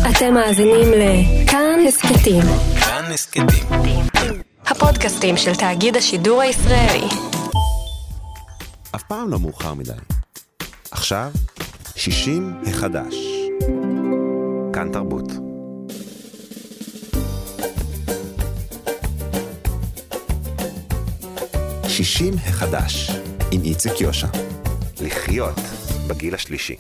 אתם מאזינים לכאן הסכתים. כאן הסכתים. הפודקאסטים של תאגיד השידור הישראלי. אף פעם לא מאוחר מדי. עכשיו, 60 החדש. כאן תרבות. שישים החדש, עם איציק יושע. לחיות בגיל השלישי.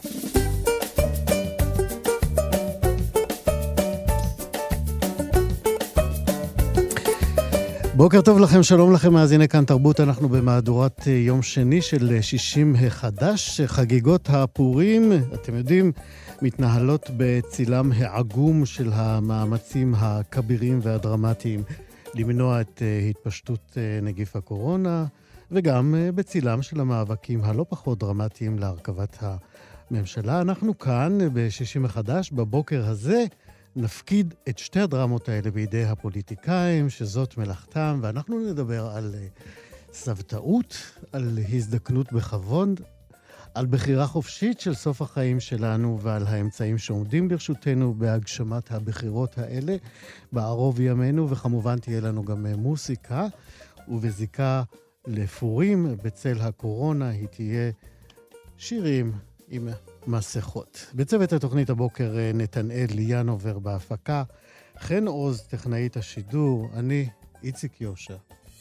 בוקר טוב לכם, שלום לכם, מאזיני כאן תרבות. אנחנו במהדורת יום שני של 60 החדש. חגיגות הפורים, אתם יודעים, מתנהלות בצילם העגום של המאמצים הכבירים והדרמטיים למנוע את התפשטות נגיף הקורונה, וגם בצילם של המאבקים הלא פחות דרמטיים להרכבת הממשלה. אנחנו כאן ב-60 מחדש, בבוקר הזה נפקיד את שתי הדרמות האלה בידי הפוליטיקאים, שזאת מלאכתם, ואנחנו נדבר על סבתאות, על הזדקנות בכבוד, על בחירה חופשית של סוף החיים שלנו ועל האמצעים שעומדים לרשותנו בהגשמת הבחירות האלה בערוב ימינו, וכמובן תהיה לנו גם מוסיקה, ובזיקה לפורים בצל הקורונה היא תהיה שירים עם מסכות. בצוות התוכנית הבוקר נתנאל ליאנובר בהפקה, חן עוז טכנאית השידור, אני איציק יושע.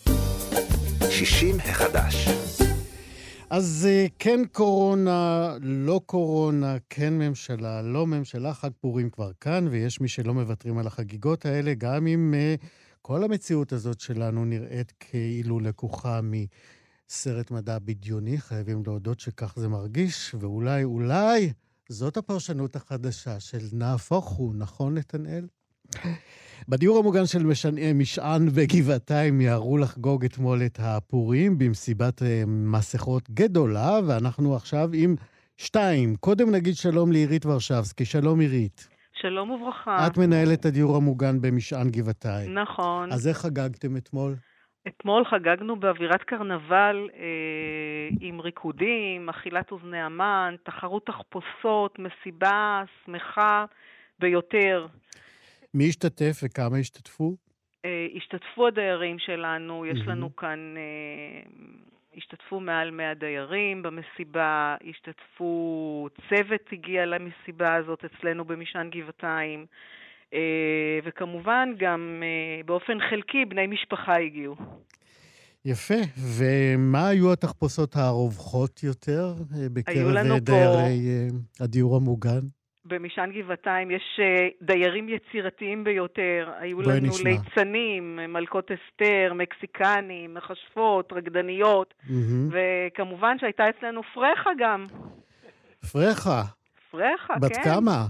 60 החדש. אז כן קורונה, לא קורונה, כן ממשלה, לא ממשלה, חג פורים כבר כאן, ויש מי שלא מוותרים על החגיגות האלה, גם אם כל המציאות הזאת שלנו נראית כאילו לקוחה מסרט מדע בדיוני, חייבים להודות שכך זה מרגיש, ואולי זאת הפרשנות החדשה של נהפוך הוא, נכון נתנאל? בדיור המוגן של משען בגבעתיים יערו לחגוג אתמול את הפורים במסיבת מסכות גדולה, ואנחנו עכשיו עם 2. קודם נגיד שלום לעירית ורשבסקי. שלום עירית. שלום וברכה. את מנהלת הדיור המוגן במשען גבעתיים. נכון. אז איך חגגתם אתמול? אתמול חגגנו באווירת קרנבל עם ריקודים, אכילת אוזני המן, תחרות תחפושות, מסיבה שמחה ביותר. מי השתתף וכמה השתתפו? השתתפו הדיירים שלנו, יש לנו כאן, השתתפו מעל 100 דיירים במסיבה, השתתפו, צוות הגיע למסיבה הזאת אצלנו במשען גבעתיים, וכמובן גם באופן חלקי בני משפחה הגיעו. יפה, ומה היו התחפושות הרווחות יותר בקרב דיירי הדיור המוגן? במשען גבעתיים יש דיירים יצירתיים ביותר, היו לנו ליצנים, מלכות אסתר, מקסיקנים, מכשפות, רקדניות, וכמובן שהייתה אצלנו פרחה גם. פרחה? פרחה, בת כן. כמה?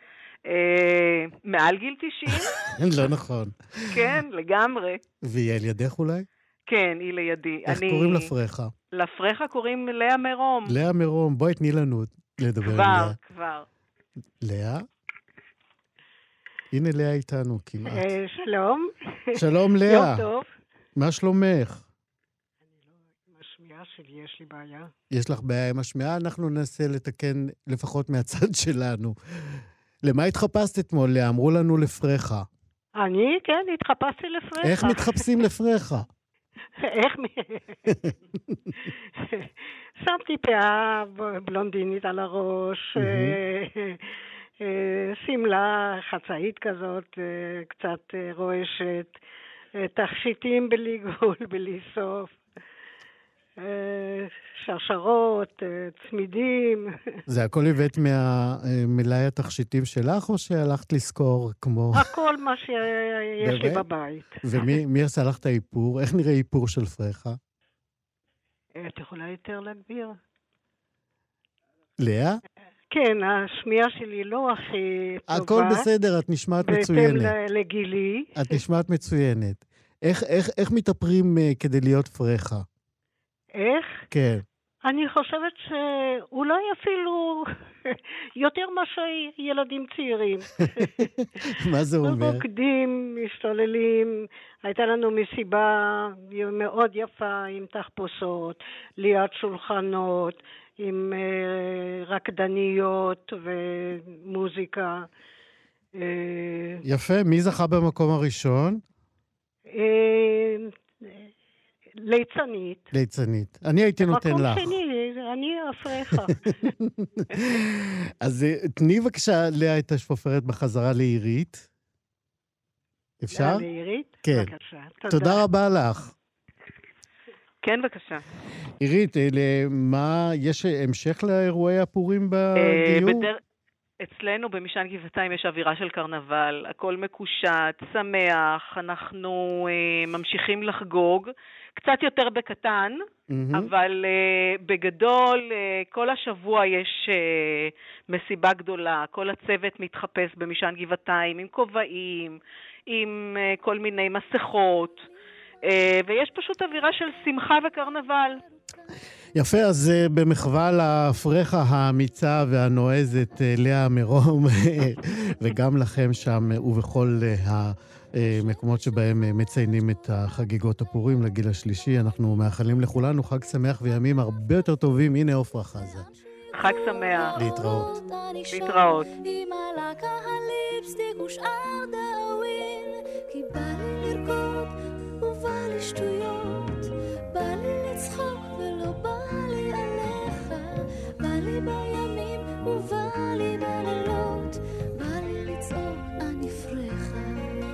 מעל גיל 90. לא נכון. כן, לגמרי. והיא על ידך אולי? כן, היא לידי. איך קוראים לפרחה? לפרחה קוראים לאה מרום. לאה מרום, בואי תני לנו לדבר עם לאה. כבר. לאה? הנה לאה איתנו כמעט. שלום. שלום לאה. יום טוב. מה שלומך? עם השמיעה שלי יש לי בעיה. יש לך בעיה עם השמיעה? אנחנו ננסה לתקן לפחות מהצד שלנו. למה התחפשת אתמול, לאה? אמרו לנו לפרחה. אני, כן, התחפשתי לפרחה. איך מתחפשים לפרחה? איך? שמתי פאה בלונדינית על הראש, סמלה חצאית כזאת, קצת רועשת, תכשיטים בלי גבול, בלי סוף, שרשרות, צמידים. זה הכל הבאת מהמלאי התכשיטים שלך, או שהלכת לזכור כמו... הכל מה שיש לי בבית. ומי עשה לך את האיפור? איך נראה איפור של פרחה? את יכולה יותר להגביר? לאה? כן, השמיעה שלי לא הכי טובה. הכל בסדר, את נשמעת מצוינת. בהתאם לגילי. את נשמעת מצוינת. איך מתאפרים כדי להיות פרחה? איך? כן. אני חושבת שאולי אפילו יותר מאשר ילדים צעירים. מה זה אומר? רוקדים, משתוללים. הייתה לנו מסיבה מאוד יפה עם תחפושות, ליד שולחנות, עם רקדניות ומוזיקה. יפה, מי זכה במקום הראשון? ליצנית. ליצנית. אני הייתי נותן לך. מקום שני, אני אפריך. אז תני בבקשה לאה את השפופרת בחזרה לעירית. אפשר? לעירית? כן. בבקשה. תודה רבה לך. כן, בבקשה. עירית, יש המשך לאירועי הפורים בדיור? אצלנו במשען גבעתיים יש אווירה של קרנבל, הכל מקושט, שמח, אנחנו ממשיכים לחגוג, קצת יותר בקטן, אבל בגדול כל השבוע יש מסיבה גדולה, כל הצוות מתחפש במשען גבעתיים עם כובעים, עם כל מיני מסכות, ויש פשוט אווירה של שמחה וקרנבל. יפה, אז במחווה לפרחה האמיצה והנועזת לאה מרום, וגם לכם שם ובכל המקומות שבהם מציינים את החגיגות הפורים לגיל השלישי, אנחנו מאחלים לכולנו חג שמח וימים הרבה יותר טובים. הנה עפרה חזה. חג שמח. להתראות. להתראות. כי בא לי לרקוד ובא לי שטויות, בא לי לצחוק ולא בא לי עליך, בא לי בימים ובא לי בלילות, בא לי לצעוק אני פרחה.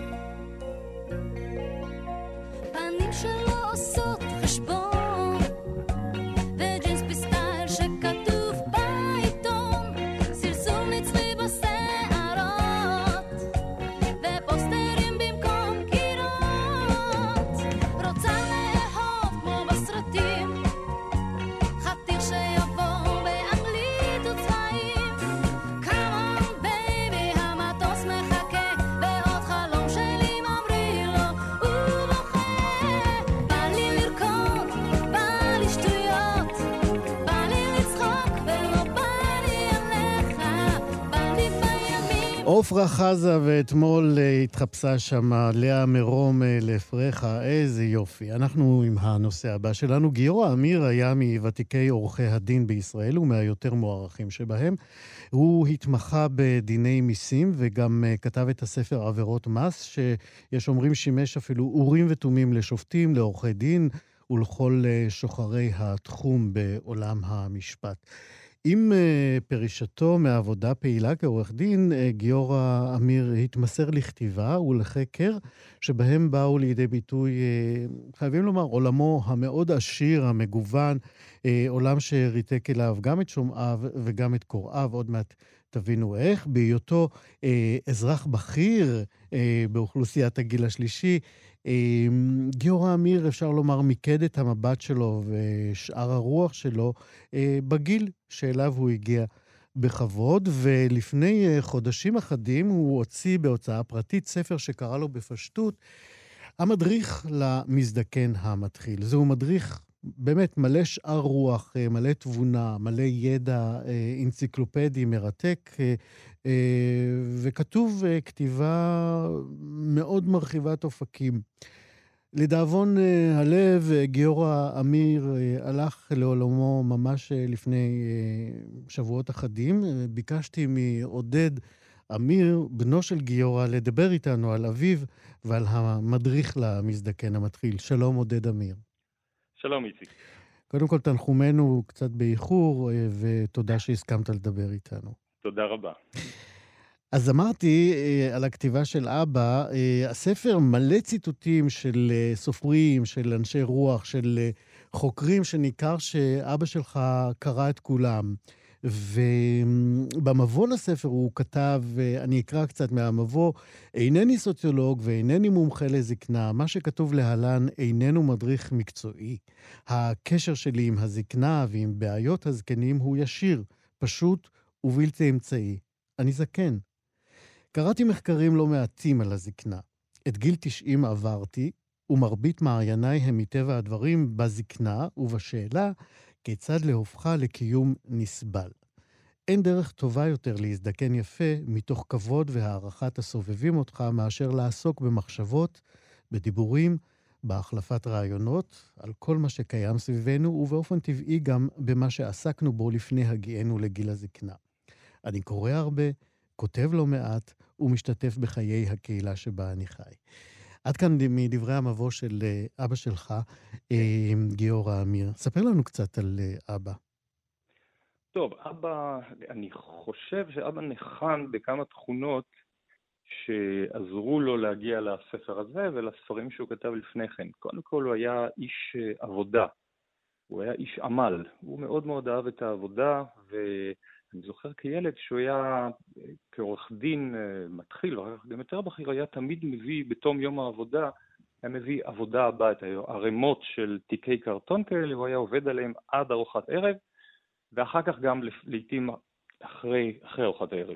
פנים שלא עושות חשבון וג'ינס בסטייל שכתוב בעיתון, סרסור נצחי בשערות ופוסטרים במקום קירות, רוצה לאהוב כמו בסרטים, חתיך שיבוא באנגלית וצבעים, come on baby המטוס מחכה ועוד חלום שלי ממריא לו ובוכה, בא לי לרקוד, בא לי שטויות, בא לי לצחוק ולא בא לי עליך, בא לי בימים. עפרה חזה, ואתמול התחפשה שם לאה מרום לפרחה, איזה יופי. אנחנו עם הנושא הבא שלנו. גיורא אמיר היה מוותיקי עורכי הדין בישראל ומהיותר מוערכים שבהם. הוא התמחה בדיני מיסים וגם כתב את הספר עבירות מס, שיש אומרים שימש אפילו אורים ותומים לשופטים, לעורכי דין ולכל שוחרי התחום בעולם המשפט. עם פרישתו מעבודה פעילה כעורך דין, גיורא אמיר התמסר לכתיבה ולחקר, שבהם באו לידי ביטוי, חייבים לומר, עולמו המאוד עשיר, המגוון, עולם שריתק אליו גם את שומעיו וגם את קוראיו, עוד מעט תבינו איך, בהיותו אזרח בכיר באוכלוסיית הגיל השלישי, גיורא אמיר, אפשר לומר, מיקד את המבט שלו ושאר הרוח שלו בגיל שאליו הוא הגיע בכבוד, ולפני חודשים אחדים הוא הוציא בהוצאה פרטית ספר שקרא לו בפשטות המדריך למזדקן המתחיל. זהו מדריך באמת מלא שאר רוח, מלא תבונה, מלא ידע אנציקלופדי מרתק, וכתוב כתיבה מאוד מרחיבת אופקים. לדאבון הלב, גיורא אמיר הלך לעולמו ממש לפני שבועות אחדים. ביקשתי מעודד אמיר, בנו של גיורא, לדבר איתנו על אביו ועל המדריך למזדקן המתחיל. שלום עודד אמיר. שלום איציק. קודם כל תנחומנו קצת באיחור, ותודה שהסכמת לדבר איתנו. תודה רבה. אז אמרתי על הכתיבה של אבא, הספר מלא ציטוטים של סופרים, של אנשי רוח, של חוקרים, שניכר שאבא שלך קרא את כולם. ובמבוא לספר הוא כתב, אני אקרא קצת מהמבוא, אינני סוציולוג ואינני מומחה לזקנה, מה שכתוב להלן איננו מדריך מקצועי. הקשר שלי עם הזקנה ועם בעיות הזקנים הוא ישיר, פשוט ובלתי אמצעי. אני זקן. קראתי מחקרים לא מעטים על הזקנה. את גיל 90 עברתי, ומרבית מעייניי הם מטבע הדברים בזקנה ובשאלה כיצד להופכה לקיום נסבל. אין דרך טובה יותר להזדקן יפה מתוך כבוד והערכת הסובבים אותך מאשר לעסוק במחשבות, בדיבורים, בהחלפת רעיונות, על כל מה שקיים סביבנו ובאופן טבעי גם במה שעסקנו בו לפני הגיענו לגיל הזקנה. אני קורא הרבה, כותב לא מעט, ומשתתף בחיי הקהילה שבה אני חי. עד כאן מדברי המבוא של אבא שלך, גיורא אמיר. ספר לנו קצת על אבא. טוב, אבא, אני חושב שאבא נחן בכמה תכונות שעזרו לו להגיע לספר הזה ולספרים שהוא כתב לפני כן. קודם כל הוא היה איש עבודה, הוא היה איש עמל, הוא מאוד מאוד אהב את העבודה, ואני זוכר כילד שהוא היה כעורך דין מתחיל, ועורך דין יותר בכיר, היה תמיד מביא בתום יום העבודה, היה מביא עבודה הביתה, ערימות של תיקי קרטון כאלה, הוא היה עובד עליהם עד ארוחת ערב, ואחר כך גם לעתים אחרי ארוחת הערב.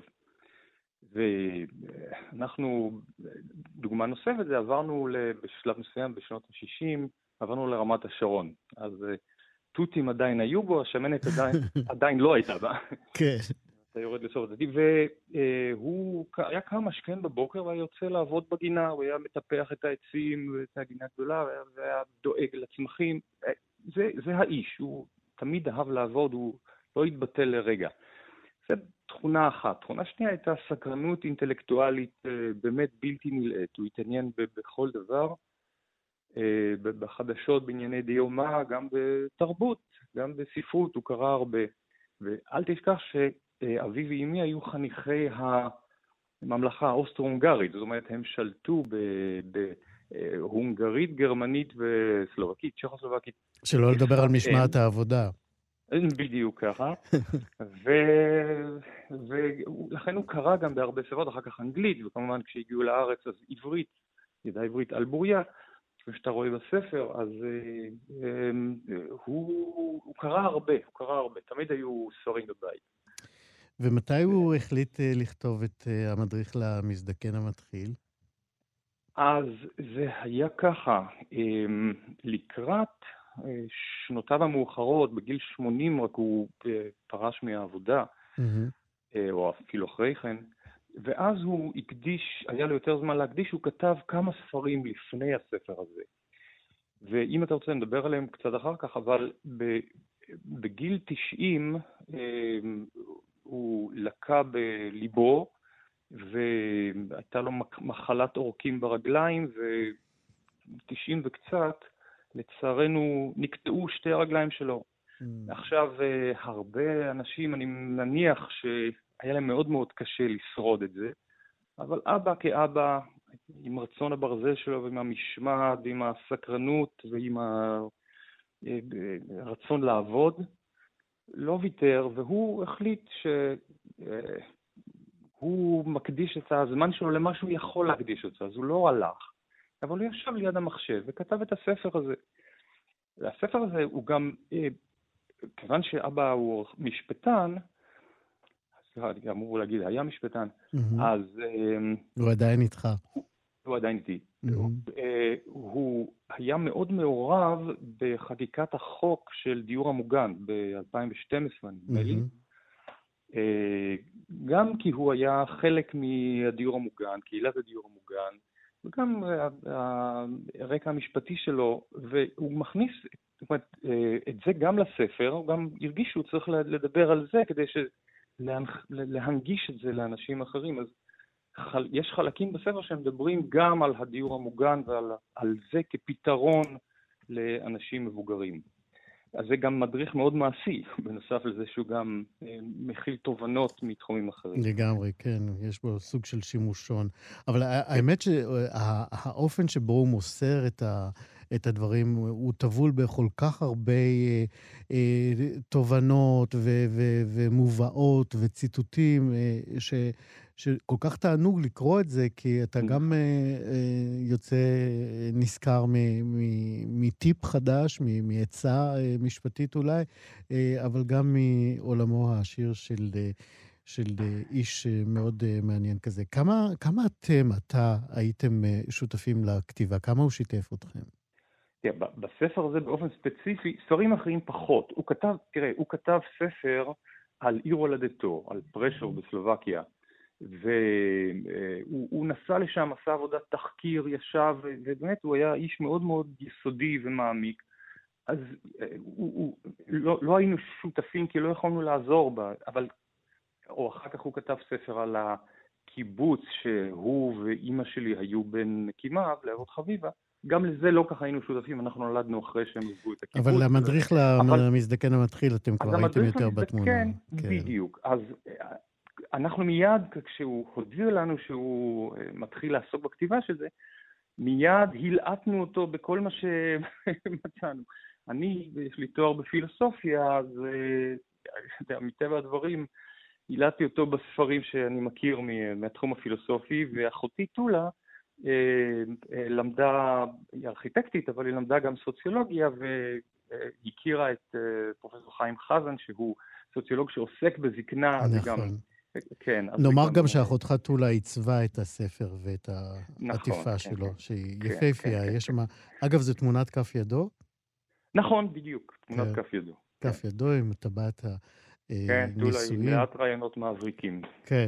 ואנחנו, דוגמה נוספת, זה עברנו בשלב מסוים בשנות ה-60, עברנו לרמת השרון. אז תותים עדיין היו בו, השמנת עדיין לא הייתה בה. כן. אתה יורד לסוף הדתי, והוא היה קם משכן בבוקר והיה יוצא לעבוד בגינה, הוא היה מטפח את העצים ואת הגינה הגדולה, והיה דואג לצמחים. זה האיש, הוא תמיד אהב לעבוד, הוא לא התבטל לרגע. זו תכונה אחת. תכונה שנייה הייתה סקרנות אינטלקטואלית באמת בלתי נלאית. הוא התעניין בכל דבר, בחדשות, בענייני דיומא, גם בתרבות, גם בספרות, הוא קרא הרבה. ואל תשכח שאביו ואמי היו חניכי הממלכה האוסטרו-הונגרית, זאת אומרת, הם שלטו בהונגרית, גרמנית וסלובקית, צ'כוסלובקית. שלא לדבר על משמעת העבודה. בדיוק ככה, ולכן הוא קרא גם בהרבה שפות, אחר כך אנגלית, וכמובן כשהגיעו לארץ אז עברית, ידע עברית על בוריה, כשאתה רואה בספר, אז הוא קרא הרבה, תמיד היו ספרים בבית. ומתי הוא החליט לכתוב את המדריך למזדקן המתחיל? אז זה היה ככה, לקראת שנותיו המאוחרות, בגיל 80 רק הוא פרש מהעבודה, או אפילו אחרי כן, ואז הוא הקדיש, היה לו יותר זמן להקדיש, הוא כתב כמה ספרים לפני הספר הזה. ואם אתה רוצה נדבר עליהם קצת אחר כך, אבל בגיל 90 הוא לקה בליבו, והייתה לו מחלת עורקים ברגליים, ו-90 וקצת, לצערנו נקטעו שתי הרגליים שלו. עכשיו הרבה אנשים, אני מניח שהיה להם מאוד מאוד קשה לשרוד את זה, אבל אבא כאבא, עם רצון הברזל שלו ועם המשמעת ועם הסקרנות ועם הרצון לעבוד, לא ויתר, והוא החליט שהוא מקדיש את הזמן שלו למה שהוא יכול להקדיש אותו, אז הוא לא הלך. אבל הוא ישב ליד המחשב וכתב את הספר הזה. והספר הזה הוא גם, כיוון שאבא הוא משפטן, אני אמור להגיד, היה משפטן, אז... הוא עדיין איתך. הוא עדיין איתי. הוא היה מאוד מעורב בחקיקת החוק של דיור המוגן ב-2012, נדמה לי. גם כי הוא היה חלק מהדיור המוגן, קהילת הדיור המוגן, וגם הרקע המשפטי שלו, והוא מכניס את זה גם לספר, הוא גם הרגיש שהוא צריך לדבר על זה, כדי להנגיש את זה לאנשים אחרים. אז יש חלקים בספר שמדברים גם על הדיור המוגן ועל זה כפתרון לאנשים מבוגרים. אז זה גם מדריך מאוד מעשי, בנוסף לזה שהוא גם מכיל תובנות מתחומים אחרים. לגמרי, כן, יש בו סוג של שימושון. אבל האמת שהאופן שבו הוא מוסר את הדברים, הוא טבול בכל כך הרבה תובנות ומובאות וציטוטים, שכל כך תענוג לקרוא את זה, כי אתה גם יוצא נזכר מטיפ חדש, מעצה משפטית אולי, אבל גם מעולמו העשיר של איש מאוד מעניין כזה. כמה אתה הייתם שותפים לכתיבה? כמה הוא שיתף אתכם? בספר הזה באופן ספציפי, ספרים אחרים פחות. הוא כתב ספר על עיר הולדתו, על פרשוב בסלובקיה, והוא נסע לשם, עשה עבודת תחקיר, ישב, ובאמת הוא היה איש מאוד מאוד יסודי ומעמיק. אז לא היינו שותפים כי לא יכולנו לעזור בה, אבל, או אחר כך הוא כתב ספר על הקיבוץ שהוא ואימא שלי היו בין מקימיו לאבות חביבה, גם לזה לא ככה היינו שותפים, אנחנו נולדנו אחרי שהם עזבו את הקיבוץ. אבל למדריך למזדקן המתחיל, אתם כבר הייתם יותר בתמונה. כן, בדיוק. אז אנחנו מיד, כשהוא הודיע לנו שהוא מתחיל לעסוק בכתיבה של זה, מיד הלעטנו אותו בכל מה שמצאנו. יש לי תואר בפילוסופיה, אז מטבע הדברים, הלעטתי אותו בספרים שאני מכיר מהתחום הפילוסופי, ואחותי טולה למדה, היא ארכיטקטית, אבל היא למדה גם סוציולוגיה, והכירה את פרופסור חיים חזן, שהוא סוציולוג שעוסק בזקנה. נכון. כן, נאמר גם שאחותך טולה עיצבה את הספר ואת העטיפה שלו, שהיא יפהפייה. יש שם, אגב, זו תמונת כף ידו? נכון, בדיוק, תמונת כף ידו. כף ידו עם טבעת הניסויים. כן, טולה היא מעט רעיונות מבריקים. כן.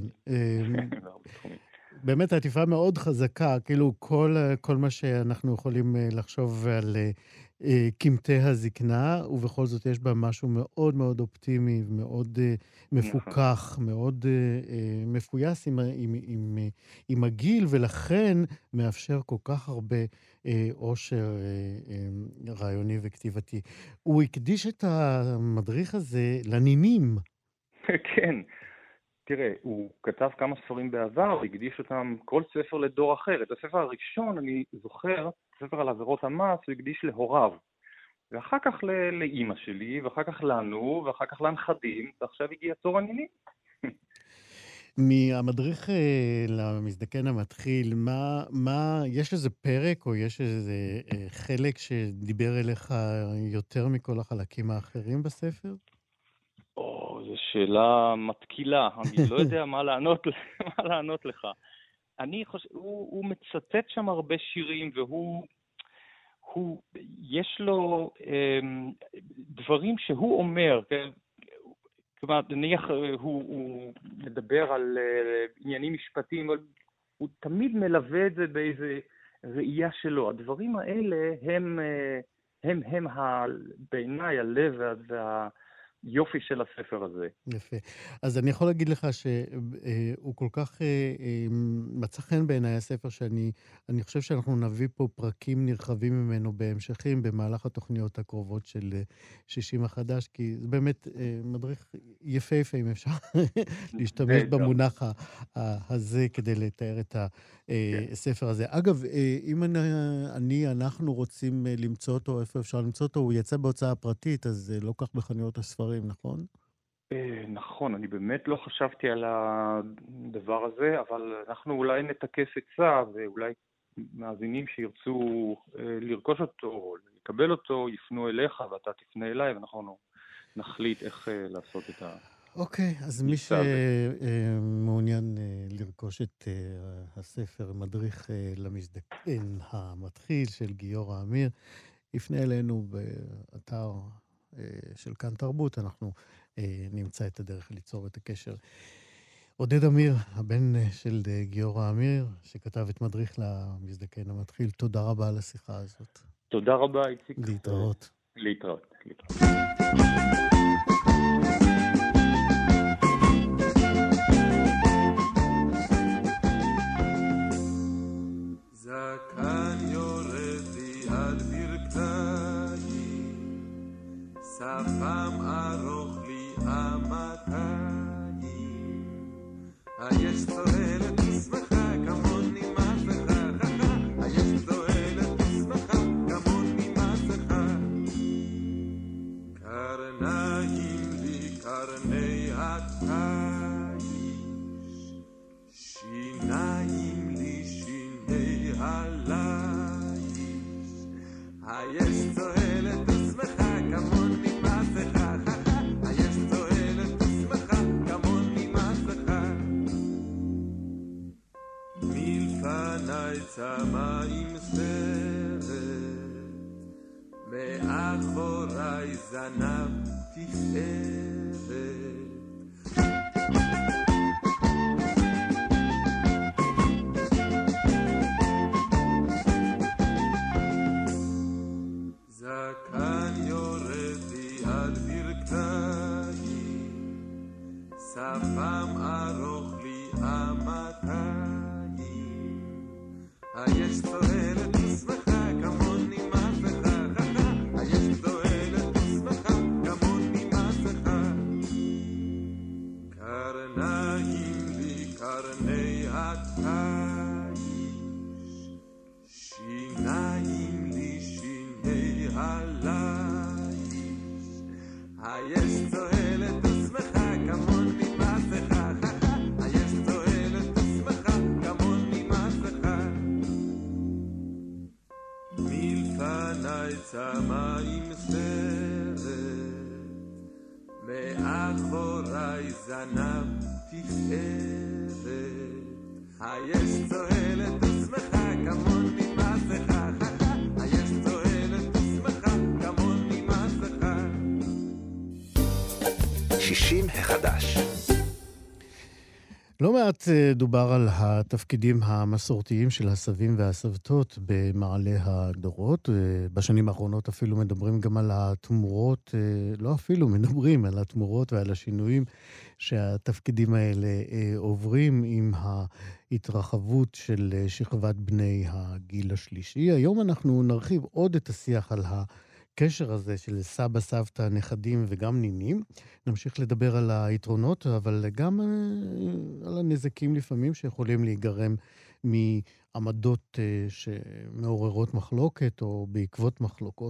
באמת העטיפה מאוד חזקה, כאילו כל מה שאנחנו יכולים לחשוב על קמטי הזקנה, ובכל זאת יש בה משהו מאוד מאוד אופטימי, מאוד מפוקח, מאוד מפויס עם הגיל, ולכן מאפשר כל כך הרבה עושר רעיוני וכתיבתי. הוא הקדיש את המדריך הזה לנינים. כן. תראה, הוא כתב כמה ספרים בעבר, הוא הקדיש אותם כל ספר לדור אחר. את הספר הראשון, אני זוכר, ספר על עבירות המס, הוא הקדיש להוריו. ואחר כך לאמא שלי, ואחר כך לנו, ואחר כך לנכדים, ועכשיו הגיע תור הנינים. מהמדריך למזדקן המתחיל, יש איזה פרק או יש איזה חלק שדיבר אליך יותר מכל החלקים האחרים בספר? זו שאלה מתקילה, אני לא יודע מה לענות לך. אני חושב, הוא מצטט שם הרבה שירים, יש לו דברים שהוא אומר, כלומר, נניח הוא מדבר על עניינים משפטיים, אבל הוא תמיד מלווה את זה באיזה ראייה שלו. הדברים האלה הם בעיניי הלב יופי של הספר הזה. יפה. אז אני יכול להגיד לך שהוא כל כך מצא חן בעיניי הספר שאני חושב שאנחנו נביא פה פרקים נרחבים ממנו בהמשכים במהלך התוכניות הקרובות של 60 החדש, כי זה באמת מדריך יפה אם אפשר להשתמש במונח הזה כדי לתאר את הספר הזה. אגב, אם אנחנו רוצים למצוא אותו, איפה אפשר למצוא אותו, הוא יצא בהוצאה פרטית, אז לא כך בחנויות הספרים, נכון? נכון, אני באמת לא חשבתי על הדבר הזה, אבל אנחנו אולי נתקס עצה, ואולי מאזינים שירצו לרכוש אותו, או לקבל אותו, יפנו אליך, ואתה תפנה אליי, ואנחנו נחליט איך לעשות את ה... אוקיי, אז מי שמעוניין לרכוש את הספר מדריך למזדקן המתחיל של גיורא עמיר, יפנה אלינו באתר של כאן תרבות, אנחנו נמצא את הדרך ליצור את הקשר. עודד אמיר, הבן של גיורא עמיר, שכתב את מדריך למזדקן המתחיל, תודה רבה על השיחה הזאת. תודה רבה, איציק. להתראות. להתראות. זקן יורד לי על ברכתיים, שפם ארוך לי אמתיים, היש תועלת ושמחה כמוני מסכה, היש תועלת ושמחה כמוני מסכה, קרניים לי קרני התיש, שיניים לי שיני הליש, היש תועלת ושמחה כמוני מסכה, היש תועלת ושמחה כמוני מסכה, מלפני צמא עם סרט, מאחורי זנב תפארת, זקן יורד לי על ברכתיים, שפם ארוך לי אמתיים, היש תועלת ושמחה כמוני מסכה, היש תועלת ושמחה כמוני מסכה. קרניים לי קרני התיש, שיניים לי שיני הליש, היש תועלת ושמחה כמוני מסכה, היש תועלת ושמחה כמוני מסכה. מלפני צמא עם סרט, מאחורי זנב תפארת, היש תועלת ושמחה כמוני מסכה, היש תועלת ושמחה כמוני מסכה. 60 החדש. לא מעט דובר על התפקידים המסורתיים של הסבים והסבתות במעלה הדורות. בשנים האחרונות אפילו מדברים גם על התמורות, לא אפילו מדברים על התמורות ועל השינויים שהתפקידים האלה עוברים עם ההתרחבות של שכבת בני הגיל השלישי. היום אנחנו נרחיב עוד את השיח על הקשר הזה של סבא, סבתא, נכדים וגם נינים. נמשיך לדבר על היתרונות, אבל גם על הנזקים לפעמים שיכולים להיגרם מעמדות שמעוררות מחלוקת או בעקבות מחלוקות.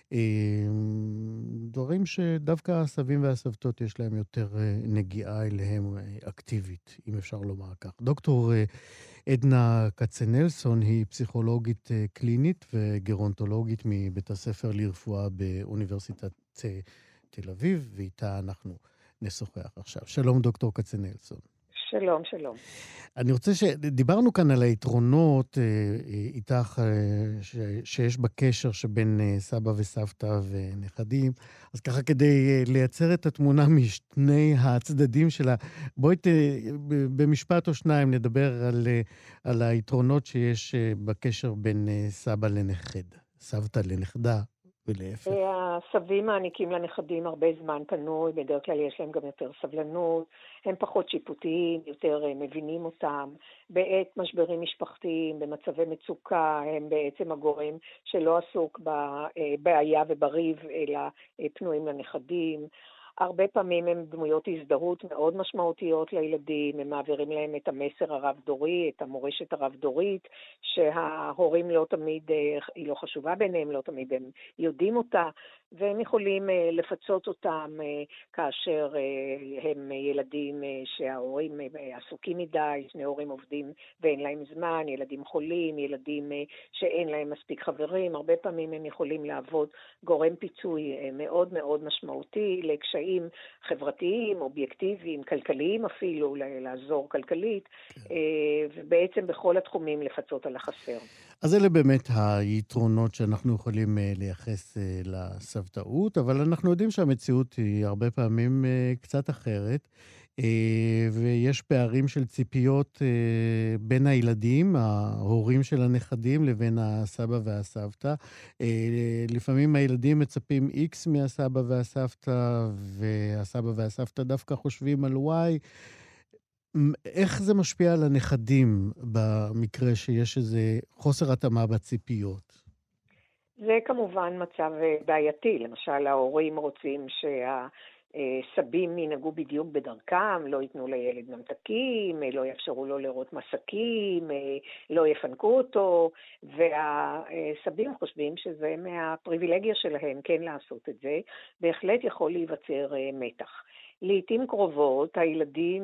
דברים שדווקא הסבים והסבתות יש להם יותר נגיעה אליהם אקטיבית, אם אפשר לומר כך. דוקטור עדנה כצנלסון היא פסיכולוגית קלינית וגרונטולוגית מבית הספר לרפואה באוניברסיטת תל אביב, ואיתה אנחנו נשוחח עכשיו. שלום דוקטור כצנלסון. שלום, שלום. אני רוצה דיברנו כאן על היתרונות איתך שיש בקשר שבין סבא וסבתא ונכדים, אז ככה כדי לייצר את התמונה משני הצדדים שלה, בואי במשפט או שניים נדבר על היתרונות שיש בקשר בין סבא לנכד, סבתא לנכדה ולהפך. הסבים מעניקים לנכדים הרבה זמן פנוי, בדרך כלל יש להם גם יותר סבלנות, הם פחות שיפוטיים, יותר מבינים אותם. בעת משברים משפחתיים, במצבי מצוקה, הם בעצם הגורם שלא עסוק בבעיה ובריב, אלא פנויים לנכדים. הרבה פעמים הם דמויות הזדהות מאוד משמעותיות לילדים, הם מעבירים להם את המסר הרב-דורי, את המורשת הרב-דורית, שההורים לא תמיד, היא לא חשובה ביניהם, לא תמיד הם יודעים אותה, והם יכולים לפצות אותם כאשר הם ילדים שההורים עסוקים מדי, שני הורים עובדים ואין להם זמן, ילדים חולים, ילדים שאין להם מספיק חברים, הרבה פעמים הם יכולים לעבוד גורם פיצוי מאוד מאוד משמעותי לקשיים חברתיים, אובייקטיביים, כלכליים אפילו, לעזור כלכלית, ובעצם בכל התחומים לפצות על החסר. אז אלה באמת היתרונות שאנחנו יכולים לייחס לסבתאות, אבל אנחנו יודעים שהמציאות היא הרבה פעמים קצת אחרת, ויש פערים של ציפיות בין הילדים, ההורים של הנכדים, לבין הסבא והסבתא. לפעמים הילדים מצפים X מהסבא והסבתא, והסבא והסבתא דווקא חושבים על Y. איך זה משפיע על הנכדים במקרה שיש איזה חוסר התאמה בציפיות? זה כמובן מצב בעייתי. למשל, ההורים רוצים סבים ינהגו בדיוק בדרכם, לא ייתנו לילד ממתקים, לא יאפשרו לו לראות מסקים, לא יפנקו אותו, והסבים חושבים שזה מהפריבילגיה שלהם כן לעשות את זה, בהחלט יכול להיווצר מתח. לעתים קרובות הילדים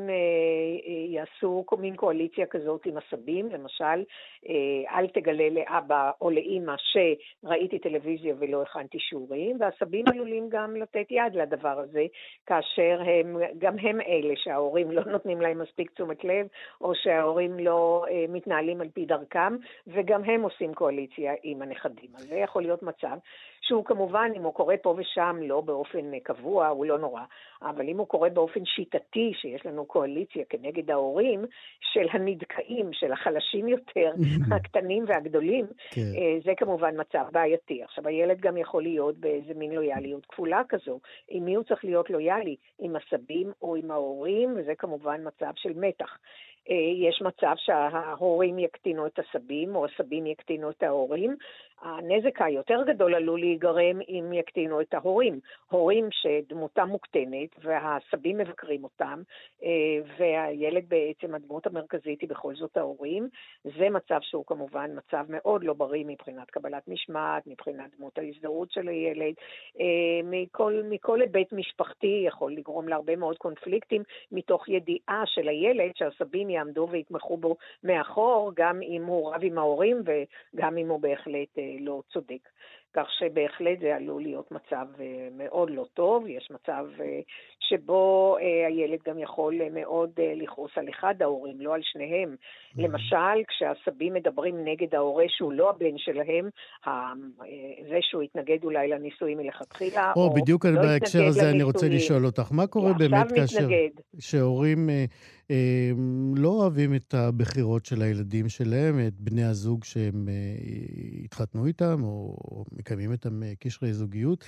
יעשו מין קואליציה כזאת עם הסבים, למשל, אל תגלה לאבא או לאמא שראיתי טלוויזיה ולא הכנתי שיעורים, והסבים עלולים גם לתת יד לדבר הזה, כאשר גם הם אלה שההורים לא נותנים להם מספיק תשומת לב, או שההורים לא מתנהלים על פי דרכם, וגם הם עושים קואליציה עם הנכדים. אז זה יכול להיות מצב שהוא כמובן, אם הוא קורה פה ושם, לא באופן קבוע, הוא לא נורא, אבל אם הוא קורה באופן שיטתי, שיש לנו קואליציה כנגד ההורים, של הנדכאים, של החלשים יותר, הקטנים והגדולים, זה כמובן מצב בעייתי. עכשיו, הילד גם יכול להיות באיזה מין לויאליות כפולה כזו. עם מי הוא צריך להיות לויאלי? עם הסבים או עם ההורים, וזה כמובן מצב של מתח. יש מצב שההורים יקטינו את הסבים, או הסבים יקטינו את ההורים. הנזק היותר גדול עלול להיגרם אם יקטינו את ההורים. הורים שדמותם מוקטנת והסבים מבקרים אותם, והילד בעצם הדמות המרכזית היא בכל זאת ההורים. זה מצב שהוא כמובן מצב מאוד לא בריא מבחינת קבלת משמעת, מבחינת דמות ההזדהות של הילד. מכל היבט משפחתי יכול לגרום להרבה מאוד קונפליקטים, מתוך ידיעה של הילד שהסבים יעמדו ויתמכו בו מאחור, גם אם הוא רב עם ההורים וגם אם הוא בהחלט לא צודק. כך שבהחלט זה עלול להיות מצב מאוד לא טוב. יש מצב שבו הילד גם יכול מאוד לכעוס על אחד ההורים, לא על שניהם. למשל, כשהסבים מדברים נגד ההורה שהוא לא הבן שלהם, זה שהוא התנגד אולי לנישואים מלכתחילה, או בדיוק בהקשר הזה אני רוצה לשאול אותך, מה קורה באמת כאשר שהורים לא אוהבים את הבחירות של הילדים שלהם, את בני הזוג שהם התחתנו איתם, או מקיימים איתם קשרי זוגיות,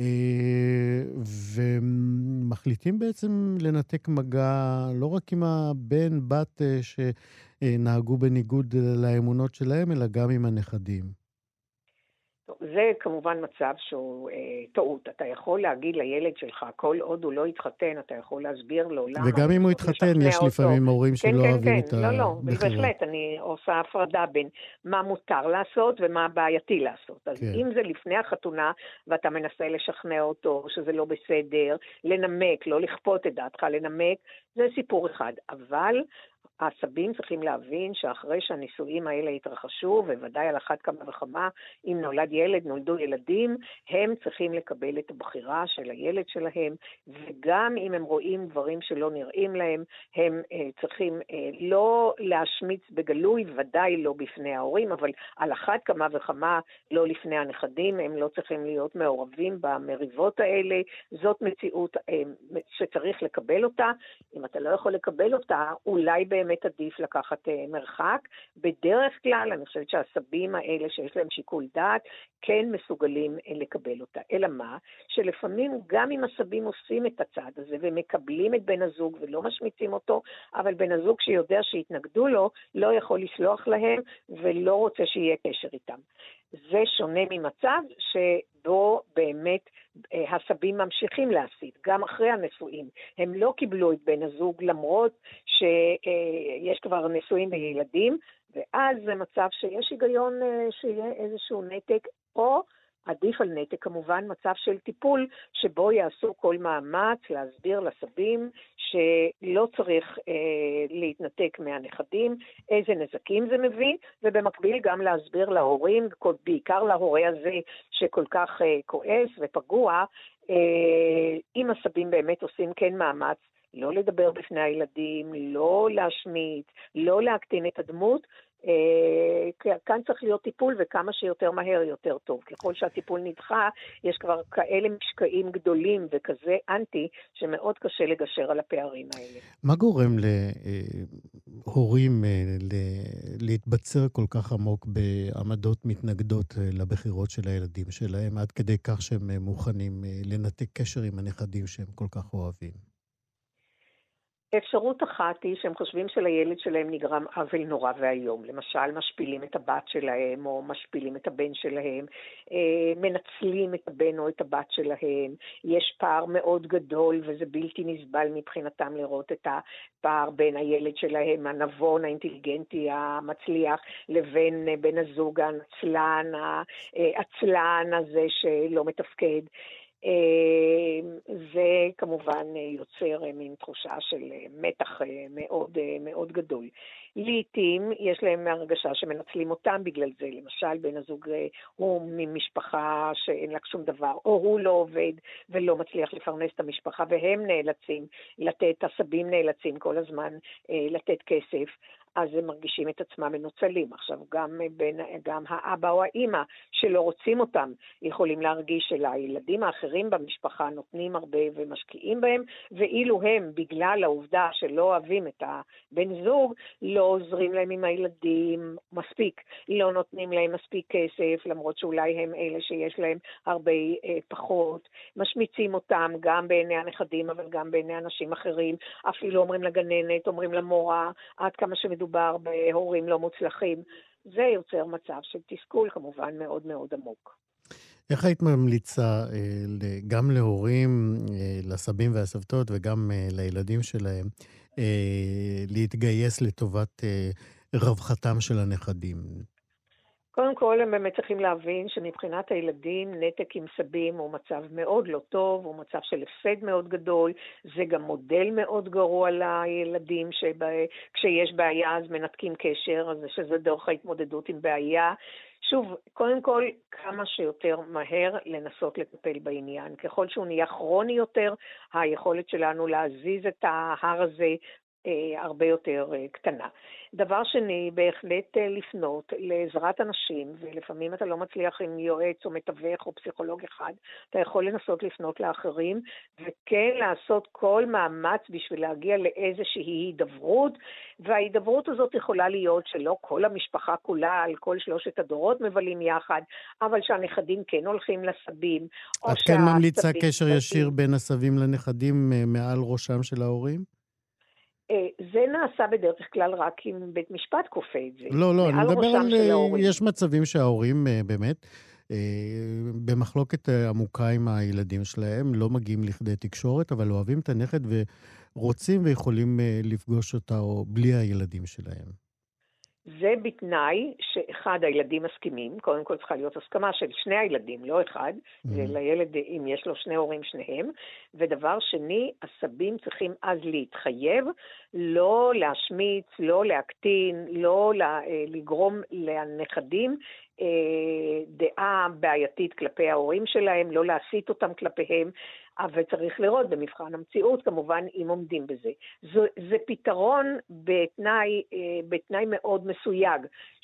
ומחליטים בעצם לנתק מגע לא רק עם הבן, בת שנהגו בניגוד לאמונות שלהם, אלא גם עם הנכדים. זה כמובן מצב שהוא טעות. אתה יכול להגיד לילד שלך, כל עוד הוא לא יתחתן, אתה יכול להסביר לו למה. וגם אם הוא יתחתן, יש לפעמים הורים שלא אוהבים את הבחירה. לא, בהחלט, אני עושה הפרדה בין מה מותר לעשות ומה בעייתי לעשות. אז אם זה לפני החתונה, ואתה מנסה לשכנע אותו שזה לא בסדר, לנמק, לא לכפות את דעתך, לנמק, זה סיפור אחד. אבל הסבים צריכים להבין שאחרי שהנישואים האלה התרחשו, ובוודאי על אחת כמה וכמה, אם נולד ילד, נולדו ילדים, הם צריכים לקבל את הבחירה של הילד שלהם, וגם אם הם רואים דברים שלא נראים להם, הם צריכים לא להשמיץ בגלוי, ודאי לא בפני ההורים, אבל על אחת כמה וכמה לא לפני הנכדים, הם לא צריכים להיות מעורבים במריבות האלה. זאת מציאות שצריך לקבל אותה. אם אתה לא יכול לקבל אותה, אולי באמת עדיף לקחת מרחק. בדרך כלל, אני חושבת שהסבים האלה שיש להם שיקול דעת, כן מסוגלים לקבל אותה. אלא מה? שלפעמים גם אם הסבים עושים את הצעד הזה, ומקבלים את בן הזוג ולא משמיצים אותו, אבל בן הזוג שיודע שהתנגדו לו, לא יכול לסלוח להם, ולא רוצה שיהיה קשר איתם. זה שונה ממצב שבו באמת הסבים ממשיכים להסית, גם אחרי הנישואים. הם לא קיבלו את בן הזוג למרות שיש כבר נישואים וילדים, ואז זה מצב שיש היגיון שיהיה איזשהו נתק, או עדיף על נתק כמובן מצב של טיפול, שבו יעשו כל מאמץ להסביר לסבים שלא צריך להתנתק מהנכדים, איזה נזקים זה מביא, ובמקביל גם להסביר להורים, בעיקר להורה הזה שכל כך כועס ופגוע, אם הסבים באמת עושים כן מאמץ, לא לדבר בפני הילדים, לא להשמיץ, לא להקטין את הדמות, כאן צריך להיות טיפול, וכמה שיותר מהר יותר טוב. ככל שהטיפול נדחה, יש כבר כאלה משקעים גדולים וכזה אנטי, שמאוד קשה לגשר על הפערים האלה. מה גורם להורים להתבצר כל כך עמוק בעמדות מתנגדות לבחירות של הילדים שלהם, עד כדי כך שהם מוכנים לנתק קשר עם הנכדים שהם כל כך אוהבים? אפשרות אחת היא שהם חושבים שלילד שלהם נגרם עוול נורא והיום. למשל, משפילים את הבת שלהם או משפילים את הבן שלהם, מנצלים את הבן או את הבת שלהם. יש פער מאוד גדול וזה בלתי נסבל מבחינתם לראות את הפער בין הילד שלהם, הנבון, האינטליגנטי, המצליח, לבין בן הזוג העצלן הזה שלא מתפקד. זה כמובן יוצר מין תחושה של מתח מאוד מאוד גדול. לעתים יש להם הרגשה שמנצלים אותם בגלל זה. למשל, בן הזוג הוא ממשפחה שאין לה שום דבר, או הוא לא עובד ולא מצליח לפרנס את המשפחה, והם נאלצים לתת, הסבים נאלצים כל הזמן לתת כסף. אז הם מרגישים את עצמם מנוצלים. עכשיו, גם האבא או האמא שלא רוצים אותם, יכולים להרגיש שלילדים האחרים במשפחה נותנים הרבה ומשקיעים בהם, ואילו הם, בגלל העובדה שלא אוהבים את הבן זוג, לא עוזרים להם עם הילדים מספיק, לא נותנים להם מספיק כסף, למרות שאולי הם אלה שיש להם הרבה פחות, משמיצים אותם גם בעיני הנכדים, אבל גם בעיני אנשים אחרים, אפילו אומרים לגננת, אומרים למורה, עד כמה שמדובר בהורים לא מוצלחים. זה יוצר מצב של תסכול כמובן מאוד מאוד עמוק. איך היית ממליצה גם להורים, לסבים והסבתות וגם לילדים שלהם, להתגייס לטובת רווחתם של הנכדים? קודם כל, הם באמת צריכים להבין שמבחינת הילדים, נתק עם סבים הוא מצב מאוד לא טוב, הוא מצב של הפסד מאוד גדול, זה גם מודל מאוד גרוע לילדים, כשיש בעיה אז מנתקים קשר, אז שזה דרך ההתמודדות עם בעיה. שוב, קודם כל, כמה שיותר מהר לנסות לטפל בעניין. ככל שהוא נהיה כרוני יותר, היכולת שלנו להזיז את ההר הזה הרבה יותר קטנה. דבר שני, בהחלט לפנות לעזרת אנשים, ולפעמים אתה לא מצליח עם יועץ או מתווך או פסיכולוג אחד, אתה יכול לנסות לפנות לאחרים, וכן לעשות כל מאמץ בשביל להגיע לאיזושהי הידברות, וההידברות הזאת יכולה להיות שלא כל המשפחה כולה, על כל 3 הדורות מבלים יחד, אבל שהנכדים כן הולכים לסבים. את כן ממליצה קשר ישיר בין הסבים לנכדים מעל ראשם של ההורים? זה נעשה בדרך כלל רק אם בית משפט כופה את זה. לא, אני מדבר על... יש מצבים שההורים באמת במחלוקת עמוקה עם הילדים שלהם, לא מגיעים לכדי תקשורת, אבל אוהבים את הנכד ורוצים ויכולים לפגוש אותה בלי הילדים שלהם. זה בתנאי שאחד הילדים מסכימים, קודם כל צריכה להיות הסכמה של שני הילדים, לא אחד, זה לילד אם יש לו 2 הורים שניהם, ודבר שני, הסבים צריכים אז להתחייב, לא להשמיץ, לא להקטין, לא לגרום לנכדים דעה בעייתית כלפי ההורים שלהם, לא להסית אותם כלפיהם, אבל צריך לראות במבחן המציאות, כמובן, אם עומדים בזה. זה פתרון בתנאי מאוד מסויג,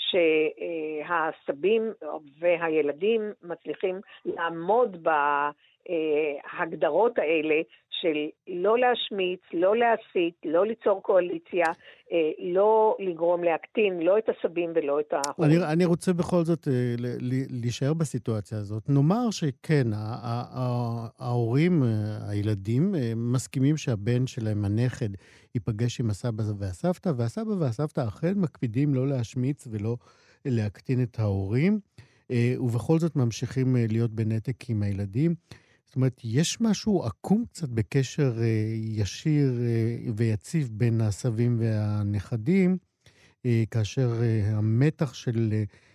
שהסבים והילדים מצליחים לעמוד בהגדרות האלה של לא להשמיץ, לא להסית, לא ליצור קואליציה, לא לגרום להקטין, לא את הסבים ולא את ההורים. אני רוצה בכל זאת להישאר בסיטואציה הזאת. נאמר שכן, ההורים, הילדים, מסכימים שהבן שלהם, הנכד, ייפגש עם הסבא והסבתא, והסבא והסבתא אכן מקפידים לא להשמיץ ולא להקטין את ההורים, ובכל זאת ממשיכים להיות בנתק עם הילדים. זאת אומרת, יש משהו עקום קצת בקשר ישיר ויציב בין הסבים והנכדים, כאשר המתח של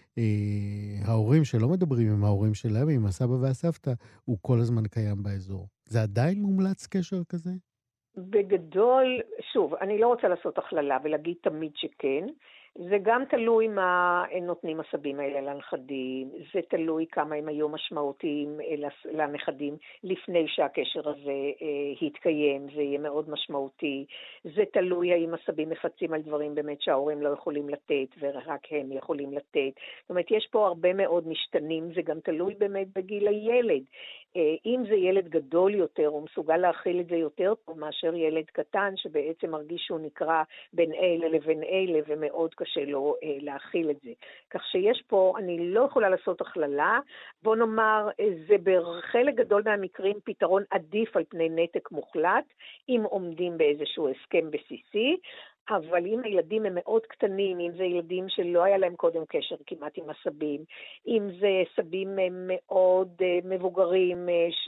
ההורים שלא מדברים עם ההורים שלהם, עם הסבא והסבתא, הוא כל הזמן קיים באזור. זה עדיין מומלץ קשר כזה? בגדול, שוב, אני לא רוצה לעשות הכללה ולהגיד תמיד שכן, זה גם תלוי מה נותנים הסבים האלה לנכדים, זה תלוי כמה הם היו משמעותיים לנכדים לפני שהקשר הזה התקיים, זה יהיה מאוד משמעותי, זה תלוי האם הסבים מפצים על דברים באמת שההורים לא יכולים לתת ורק הם יכולים לתת, זאת אומרת יש פה הרבה מאוד משתנים, זה גם תלוי באמת בגיל הילד, אם זה ילד גדול יותר, הוא מסוגל להכיל את זה יותר טוב מאשר ילד קטן שבעצם מרגיש שהוא נקרא בין אלה לבין אלה ומאוד קשה לו להכיל את זה. כך שיש פה, אני לא יכולה לעשות הכללה, בוא נאמר, זה בחלק גדול מהמקרים פתרון עדיף על פני נתק מוחלט, אם עומדים באיזשהו הסכם בסיסי, אבל אם הילדים הם מאוד קטנים, אם זה ילדים שלא היה להם קודם קשר כמעט עם הסבים, אם זה סבים מאוד מבוגרים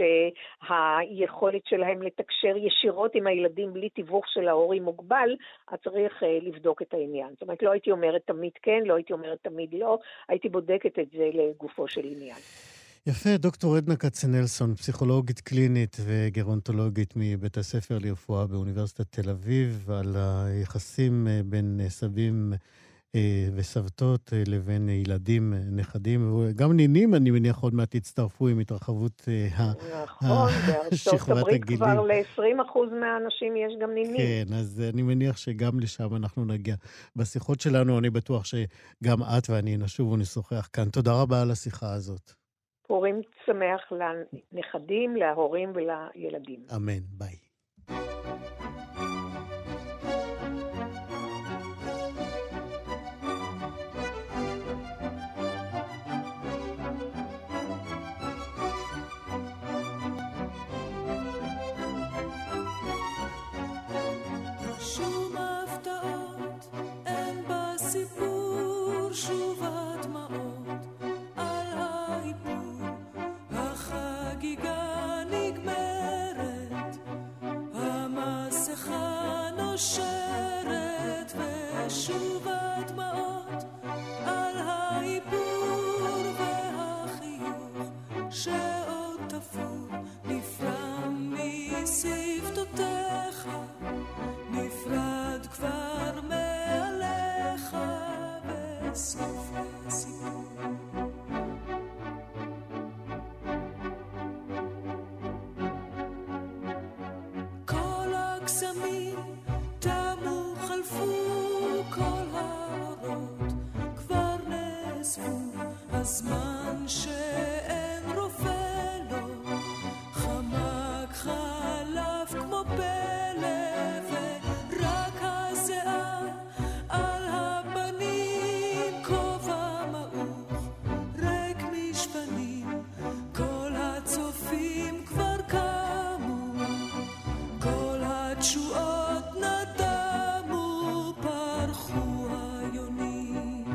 שהיכולת שלהם לתקשר ישירות עם הילדים בלי תיווך של ההורים מוגבל, אז צריך לבדוק את העניין. זאת אומרת, לא הייתי אומרת תמיד כן, לא הייתי אומרת תמיד לא, הייתי בודקת את זה לגופו של עניין. יפה, דוקטור עדנה כצנלסון, פסיכולוגית קלינית וגרונטולוגית מבית הספר לרפואה באוניברסיטת תל אביב, על היחסים בין סבים וסבתות לבין ילדים, נכדים, וגם נינים, אני מניח, עוד מעט הצטרפו עם התרחבות נכון, בארצות הברית הגילים. כבר ל-20% מהאנשים יש גם נינים. כן, אז אני מניח שגם לשם אנחנו נגיע. בשיחות שלנו אני בטוח שגם את ואני נשוב ונשוחח כאן. תודה רבה על השיחה הזאת. פורים שמח לנכדים, להורים ולילדים. אמן, ביי. הזמן שאין רופא לו, חמק חלף כמו פלא, ורק הזיעה על הפנים, כובע מעוך, ריק משפנים, כל הצופים כבר קמו, כל התשועות נדמו, פרחו היונים.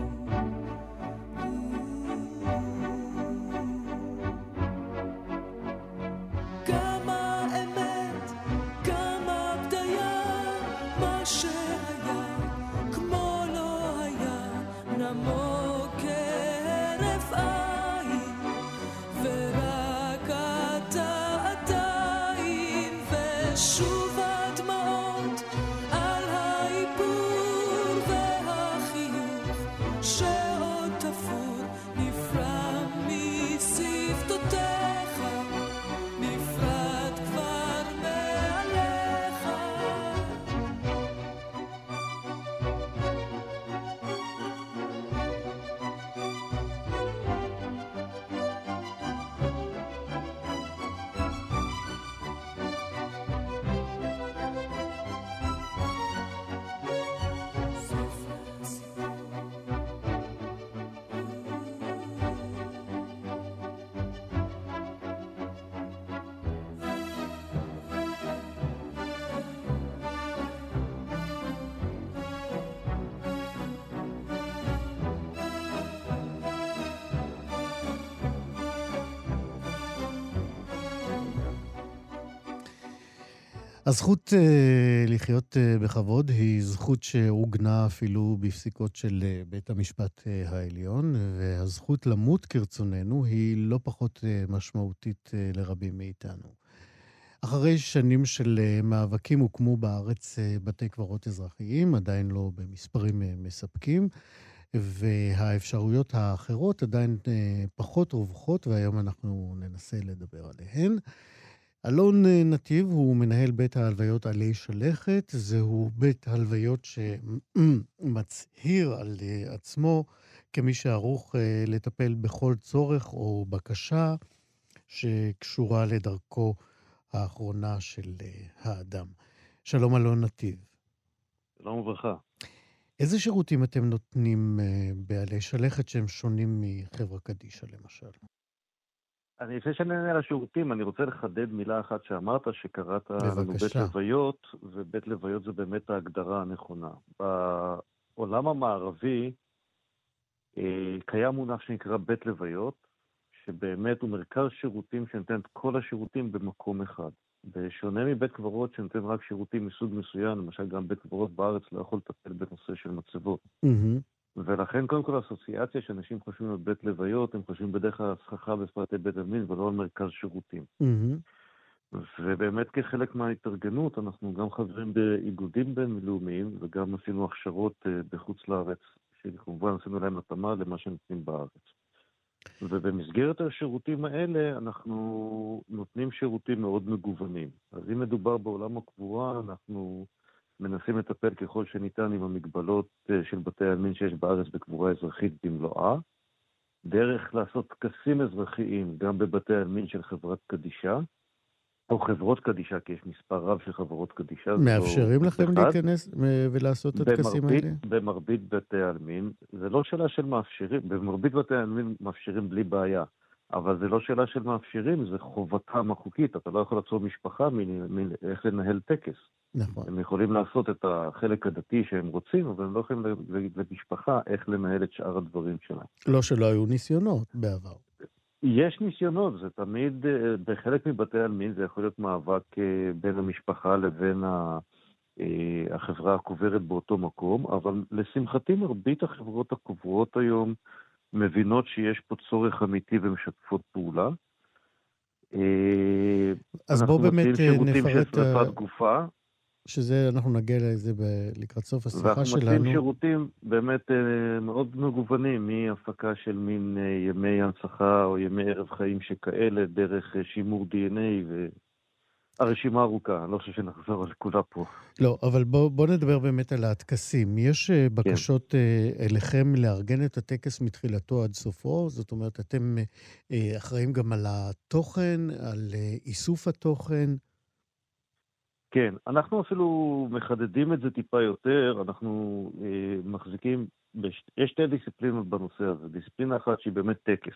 הזכות לחיות בכבוד היא זכות שעוגנה אפילו בפסיקות של בית המשפט העליון, והזכות למות כרצוננו היא לא פחות משמעותית לרבים מאיתנו. אחרי שנים של מאבקים הוקמו בארץ בתי קברות אזרחיים, עדיין לא במספרים מספקים, והאפשרויות האחרות עדיין פחות רווחות, והיום אנחנו ננסה לדבר עליהן. אלון נתיב הוא מנהל בית ההלוויות עלי שלכת, זהו בית הלוויות שמצהיר על עצמו כמי שערוך לטפל בכל צורך או בקשה שקשורה לדרכו האחרונה של האדם. שלום אלון נתיב. שלום וברכה. איזה שירותים אתם נותנים בעלי שלכת שהם שונים מחברה קדישא למשל? לפני שאני אענה על השירותים, אני רוצה לחדד מילה אחת שאמרת, שקראת לנו בית לוויות, ובית לוויות זה באמת ההגדרה הנכונה. בעולם המערבי קיים מונח שנקרא בית לוויות, שבאמת הוא מרכז שירותים שנותן את כל השירותים במקום אחד. בשונה מבית קברות שנותן רק שירותים מסוג מסוים, למשל גם בית קברות בארץ לא יכול לטפל בנושא של מצבות. ולכן קודם כל האסוציאציה שאנשים חושבים על בית לוויות, הם חושבים בדרך כלל סככה בפרטי בית עלמין ולא על מרכז שירותים. ובאמת כחלק מההתארגנות אנחנו גם חברים באיגודים בינלאומיים וגם עשינו הכשרות בחוץ לארץ שכמובן עשינו להם התאמה למה שנותנים בארץ. ובמסגרת השירותים האלה אנחנו נותנים שירותים מאוד מגוונים. אז אם מדובר בעולם הקבורה, אנחנו מנסים לטפל ככל שניתן עם המגבלות של בתי העלמין שיש בארץ בקבורה אזרחית במלואה, דרך לעשות טקסים אזרחיים גם בבתי העלמין של חברת קדישה, או חברות קדישה, כי יש מספר רב של חברות קדישה. מאפשרים לכם להיכנס ולעשות את הטקסים האלה? במרבית בתי העלמין, זה לא שאלה של מאפשרים, במרבית בתי העלמין מאפשרים בלי בעיה, אבל זה לא שאלה של מאפשרים, זה חובתם החוקית, אתה לא יכול לעצור משפחה איך לנהל טקס. נכון. הם יכולים לעשות את החלק הדתי שהם רוצים, אבל הם לא יכולים למשפחה איך לנהל את שאר הדברים שלה. לא שלא היו ניסיונות בעבר. יש ניסיונות, זה תמיד, בחלק מבתי העלמין זה יכול להיות מאבק בין המשפחה לבין החברה הקוברת באותו מקום, אבל לשמחתי מרבית החברות הקוברות היום מבינות שיש פה צורך אמיתי ומשתפות פעולה. אז בואו באמת נפרט... אנחנו נותנים שירותים של שרפת גופה. שזה, אנחנו נגיע לזה לקראת סוף השיחה שלנו. ואנחנו נותנים שירותים באמת מאוד מגוונים, מהפקה של מין ימי הנצחה או ימי ערב חיים שכאלה, דרך שימור DNA, והרשימה ארוכה, אני לא חושב שנחזור על כולה פה. לא, אבל בוא נדבר באמת על הטקסים. יש בקשות אליכם לארגן את הטקס מתחילתו עד סופו? זאת אומרת, אתם אחראים גם על התוכן, על איסוף התוכן? כן, אנחנו אפילו מחדדים את זה טיפה יותר, אנחנו מחזיקים, יש שתי דיסציפלינות בנושא הזה, דיסציפלינה אחת שהיא באמת טקס,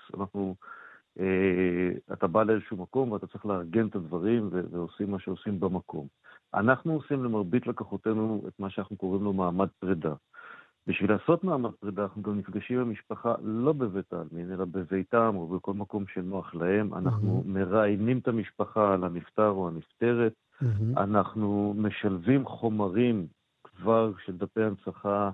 אתה בא לאיזשהו מקום ואתה צריך לארגן את הדברים ועושים מה שעושים במקום. אנחנו עושים למרבית לקוחותינו את מה שאנחנו קוראים לו מעמד פרידה. בשביל לעשות מעמד פרידה אנחנו גם נפגשים עם המשפחה לא בבית העלמין, אלא בביתם או בכל מקום שנוח להם, אנחנו מראיינים את המשפחה על הנפטר או הנפטרת, אנחנו משלבים חומרים כבר של דפי הנצחה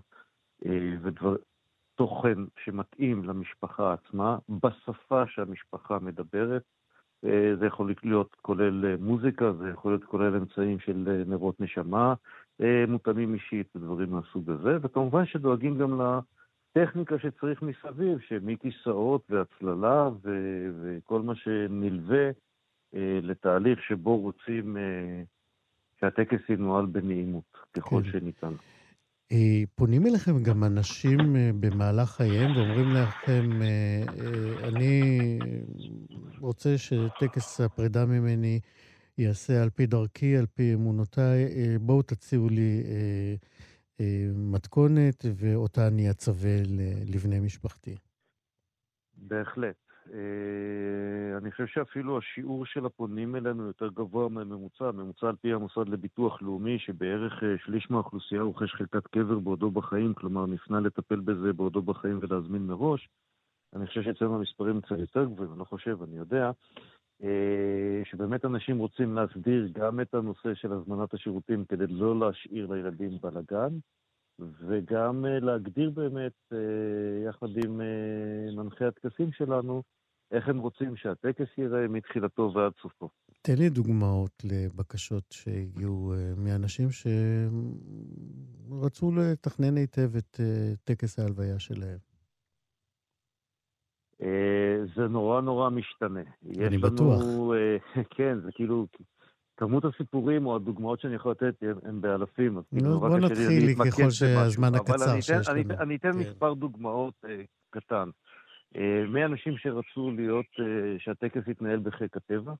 ותוכן שמתאים למשפחה עצמה, בשפה שהמשפחה מדברת. זה יכול להיות כולל מוזיקה, זה יכול להיות כולל אמצעים של נרות נשמה, מותאמים אישית ודברים מהסוג הזה, וכמובן שדואגים גם לטכניקה שצריך מסביב, שמכיסאות והצללה וכל מה שנלווה לתהליך שבו רוצים שהטקס ינוהל בנעימות ככל שניתן. פונים אליכם גם אנשים במהלך חייהם ואומרים לכם, אני רוצה שטקס הפרידה ממני יעשה על פי דרכי, על פי אמונותיי, בואו תציעו לי מתכונת ואותה אני אצווה לבני משפחתי. בהחלט. אני חושב שאפילו השיעור של הפונים אלינו יותר גבוה מהממוצע, הממוצע על פי המוסד לביטוח לאומי, שבערך שליש מהאוכלוסייה רוכש חלקת קבר בעודו בחיים, כלומר נפנה לטפל בזה בעודו בחיים ולהזמין מראש. אני חושב שאצלנו המספרים קצת יותר גבוהים, אני לא חושב, אני יודע, שבאמת אנשים רוצים להסדיר גם את הנושא של הזמנת השירותים כדי לא להשאיר לילדים בלגן, וגם להגדיר באמת, יחד עם מנחי הטקסים שלנו, איך הם רוצים שהטקס ייראה מתחילתו ועד סופו. תן לי דוגמאות לבקשות שהגיעו מאנשים שרצו לתכנן היטב את טקס ההלוויה שלהם. זה נורא נורא משתנה. אני בטוח. כן, זה כאילו... כמות הסיפורים או הדוגמאות שאני יכול לתת הם באלפים. בוא נתחיל ככל שהזמן הקצר שיש לנו. אני אתן מספר דוגמאות קטן. מאנשים שרצו להיות, שהטקס יתנהל בחיק הטבע,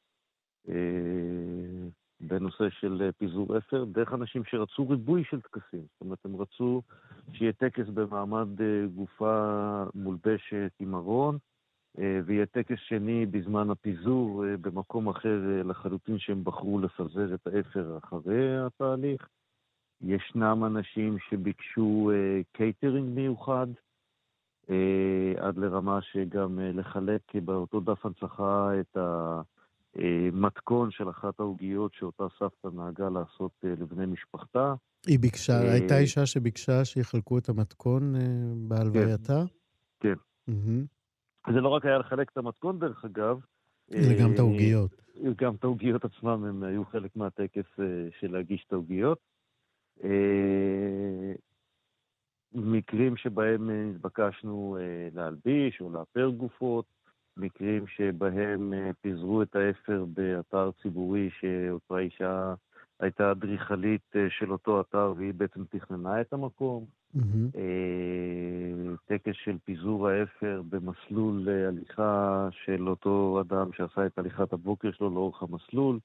בנושא של פיזור אפר, דרך אנשים שרצו ריבוי של טקסים. זאת אומרת, הם רצו שיהיה טקס במעמד גופה מולבשת עם ארון, ויהיה טקס שני בזמן הפיזור במקום אחר לחלוטין שהם בחרו לפזר את האפר אחרי התהליך. ישנם אנשים שביקשו קייטרינג מיוחד, עד לרמה שגם לחלק באותו דף הנצחה את המתכון של אחת העוגיות שאותה סבתא נהגה לעשות לבני משפחתה. היא ביקשה, הייתה אישה שביקשה שיחלקו את המתכון בהלווייתה? כן. זה לא רק היה לחלק את המתכון דרך אגב. זה גם את העוגיות. גם את העוגיות עצמם הם היו חלק מהטקס של להגיש את העוגיות. מקרים שבהם התבקשנו להלביש או לאפר גופות, מקרים שבהם פיזרו את האפר באתר ציבורי שאותה אישה הייתה אדריכלית של אותו אתר והיא בעצם תכננה את המקום. טקס של פיזור האפר במסלול הליכה של אותו אדם שעשה את הליכת הבוקר שלו לאורך המסלול.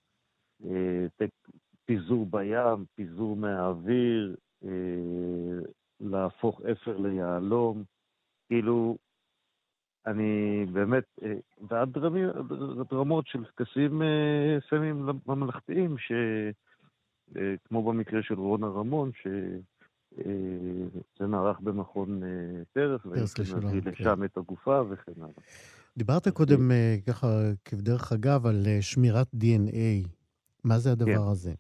פיזור בים, פיזור מהאוויר, להפוך אפר ליהלום. כאילו, אני באמת, ועד רמות של טקסים סמיים ממלכתיים, כמו במקרה של רונה רמון, שזה נערך במכון פרס, והביא לשם את הגופה וכן הלאה. דיברת קודם ככה כבדרך אגב על שמירת DNA. מה זה הדבר הזה?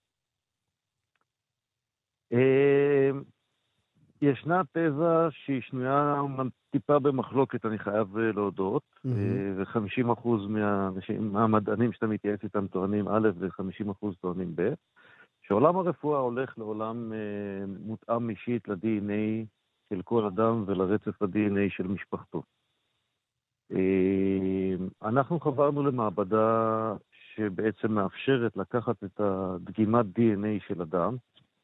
ישנה תזה שהיא שנויה טיפה במחלוקת, אני חייב להודות, ו50% מהמדענים שאתה מתייעץ איתם טוענים א' ו50% טוענים ב', שעולם הרפואה הולך לעולם מותאם אישית ל-DNA של כל אדם ולרצף ה-DNA של משפחתו. אנחנו חברנו למעבדה שבעצם מאפשרת לקחת את הדגימת DNA של אדם,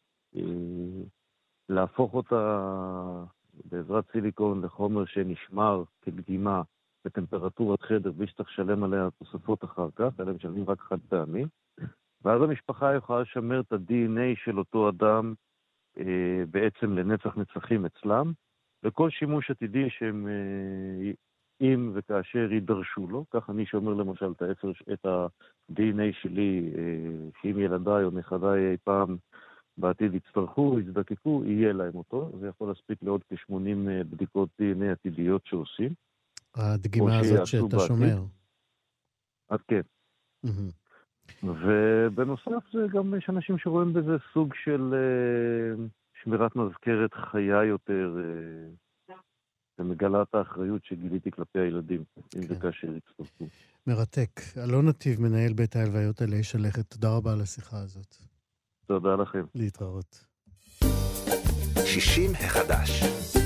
להפוך אותה בעזרת סיליקון לחומר שנשמר כדגימה בטמפרטורת חדר, בלי שצריך לשלם עליה תוספות אחר כך, אלא משלמים רק חד פעמי, ואז המשפחה יכולה לשמר את ה-DNA של אותו אדם בעצם לנצח נצחים אצלם, וכל שימוש עתידי שהם אם וכאשר יידרשו לו, כך אני שומר למשל את ה-DNA שלי, שאם ילדיי או נכדיי אי פעם בעתיד יצטרכו, יזדקקו, יהיה להם אותו. זה יכול להספיק לעוד כ-80 בדיקות DNA עתידיות שעושים. הדגימה הזאת שאתה שומר. עד כן. ובנוסף זה גם יש אנשים שרואים בזה סוג של שמירת מזכרת חיה יותר, ומגלה את האחריות שגיליתי כלפי הילדים, אם זה כאשר יצטרכו. מרתק. אלון נתיב, מנהל בית ההלוויות עלי שלכת, תודה רבה על השיחה הזאת. תודה לכם. להתראות. 60 החדש.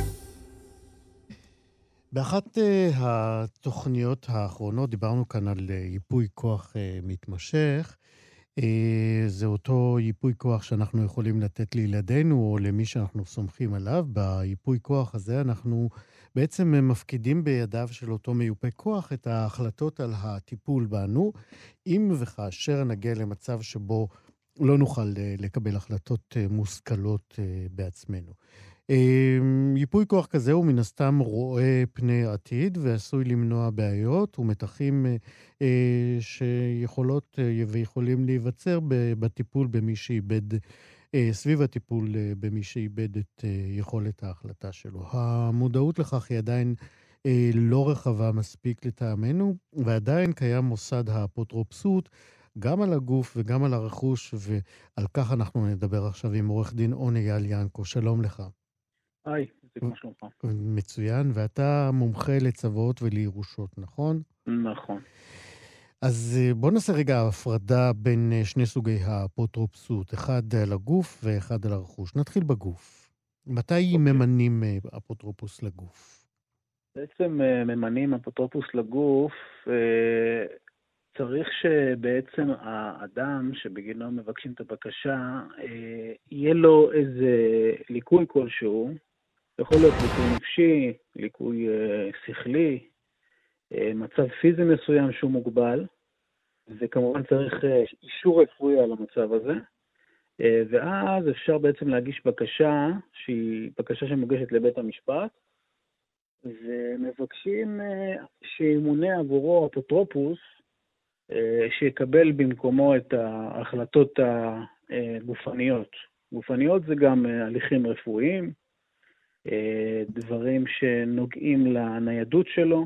באחת התוכניות האחרונות דיברנו כאן על ייפוי כוח מתמשך. זה אותו ייפוי כוח שאנחנו יכולים לתת לילדינו או למי שאנחנו סומכים עליו. בייפוי כוח הזה אנחנו בעצם מפקידים בידיו של אותו מיופה כוח את ההחלטות על הטיפול בנו, אם וכאשר נגיע למצב שבו לא נוכל לקבל החלטות מושכלות בעצמנו. ייפוי כוח כזה הוא מן הסתם רואה פני עתיד ועשוי למנוע בעיות ומתחים שיכולות ויכולים להיווצר בטיפול במי שאיבד, סביב הטיפול במי שאיבד את יכולת ההחלטה שלו. המודעות לכך היא עדיין לא רחבה מספיק לטעמנו, ועדיין קיים מוסד האפוטרופסות, גם על הגוף וגם על הרכוש, ועל כך אנחנו נדבר עכשיו עם עורך דין אייל ינקו. שלום לך. היי, זה כמו שלומך. מצוין, ואתה מומחה לצוואות ולירושות, נכון? נכון. אז בוא נעשה רגע הפרדה בין שני סוגי האפוטרופסות, אחד על הגוף ואחד על הרכוש. נתחיל בגוף. מתי ממנים אפוטרופוס לגוף? בעצם ממנים אפוטרופוס לגוף, צריך שבעצם האדם שבגינו מבקשים את הבקשה, יהיה לו איזה ליקוי כלשהו, יכול להיות ליקוי נפשי, ליקוי שכלי, מצב פיזי מסוים שהוא מוגבל, וכמובן צריך אישור רפואי על המצב הזה, ואז אפשר בעצם להגיש בקשה, שהיא בקשה שמוגשת לבית המשפט, ומבקשים שימונה עבורו אפוטרופוס, שיקבל במקומו את ההחלטות הגופניות. גופניות זה גם הליכים רפואיים, דברים שנוגעים לניידות שלו.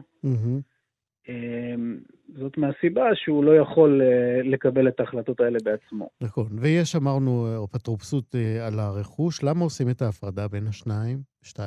זאת מהסיבה שהוא לא יכול לקבל את ההחלטות האלה בעצמו. נכון, ויש אמרנו אפוטרופסות על הרכוש. למה עושים את ההפרדה בין השניים?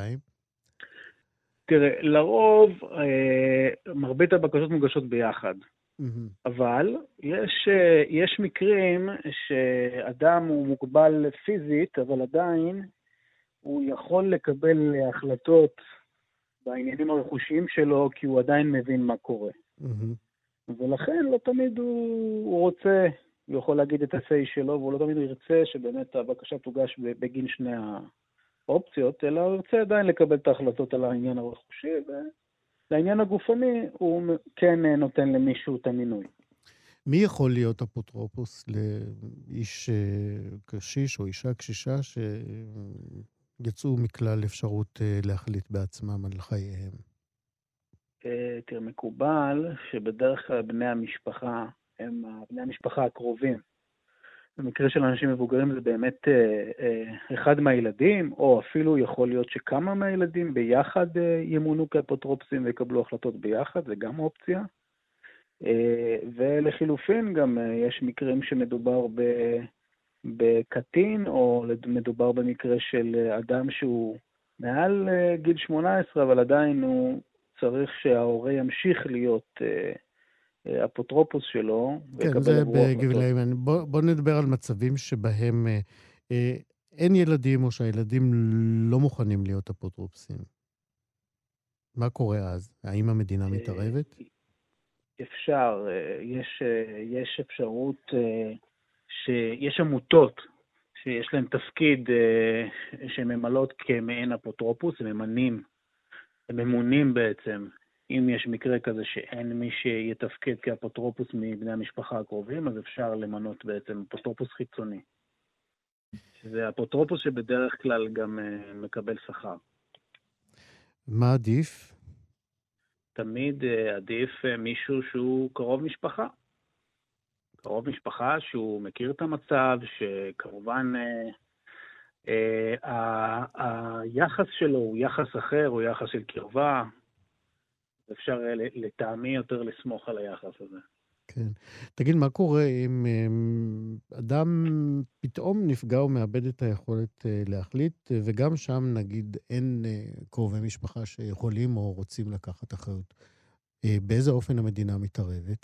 תראה, לרוב מרבית הבקשות מוגשות ביחד. אבל יש מקרים שאדם הוא מוגבל פיזית, אבל עדיין הוא יכול לקבל החלטות בעניינים הרכושיים שלו, כי הוא עדיין מבין מה קורה. ולכן לא תמיד הוא רוצה, הוא יכול להגיד את ה-say שלו, והוא לא תמיד ירצה שבאמת הבקשה תוגש בגין שני האופציות, אלא הוא ירצה עדיין לקבל את ההחלטות על העניין הרכושי, ולעניין הגופני הוא כן נותן למישהו את המינוי. מי יכול להיות אפוטרופוס לאיש קשיש או אישה קשישה שיצאו מכלל אפשרות להחליט בעצמם על חייהם? תראה, מקובל שבדרך כלל בני המשפחה הם בני המשפחה הקרובים. במקרה של אנשים מבוגרים זה באמת אחד מהילדים, או אפילו יכול להיות שכמה מהילדים ביחד ימונו כאפוטרופסים ויקבלו החלטות ביחד, זה גם אופציה. ולחילופין גם יש מקרים שמדובר בקטין, או מדובר במקרה של אדם שהוא מעל גיל 18, אבל עדיין הוא צריך שההורה ימשיך להיות אפוטרופוס שלו. כן, זה בגילאים. בוא נדבר על מצבים שבהם אין ילדים, או שהילדים לא מוכנים להיות אפוטרופסים. מה קורה אז? האם המדינה מתערבת? אפשר, יש אפשרות שיש עמותות שיש להן תפקיד שממלאות כמעין אפוטרופוס, הם ממונים בעצם, אם יש מקרה כזה שאין מי שיתפקד כאפוטרופוס מבני המשפחה הקרובים, אז אפשר למנות בעצם אפוטרופוס חיצוני. זה אפוטרופוס שבדרך כלל גם מקבל שכר. מה עדיף? תמיד עדיף מישהו שהוא קרוב משפחה. קרוב משפחה שהוא מכיר את המצב, שכמובן היחס שלו הוא יחס אחר, הוא יחס של קרבה. אפשר לטעמי יותר לסמוך על היחס הזה. כן. תגיד, מה קורה אם אדם פתאום נפגע ומאבד את היכולת להחליט, וגם שם נגיד אין קרובי משפחה שיכולים או רוצים לקחת אחריות? באיזה אופן המדינה מתערבת?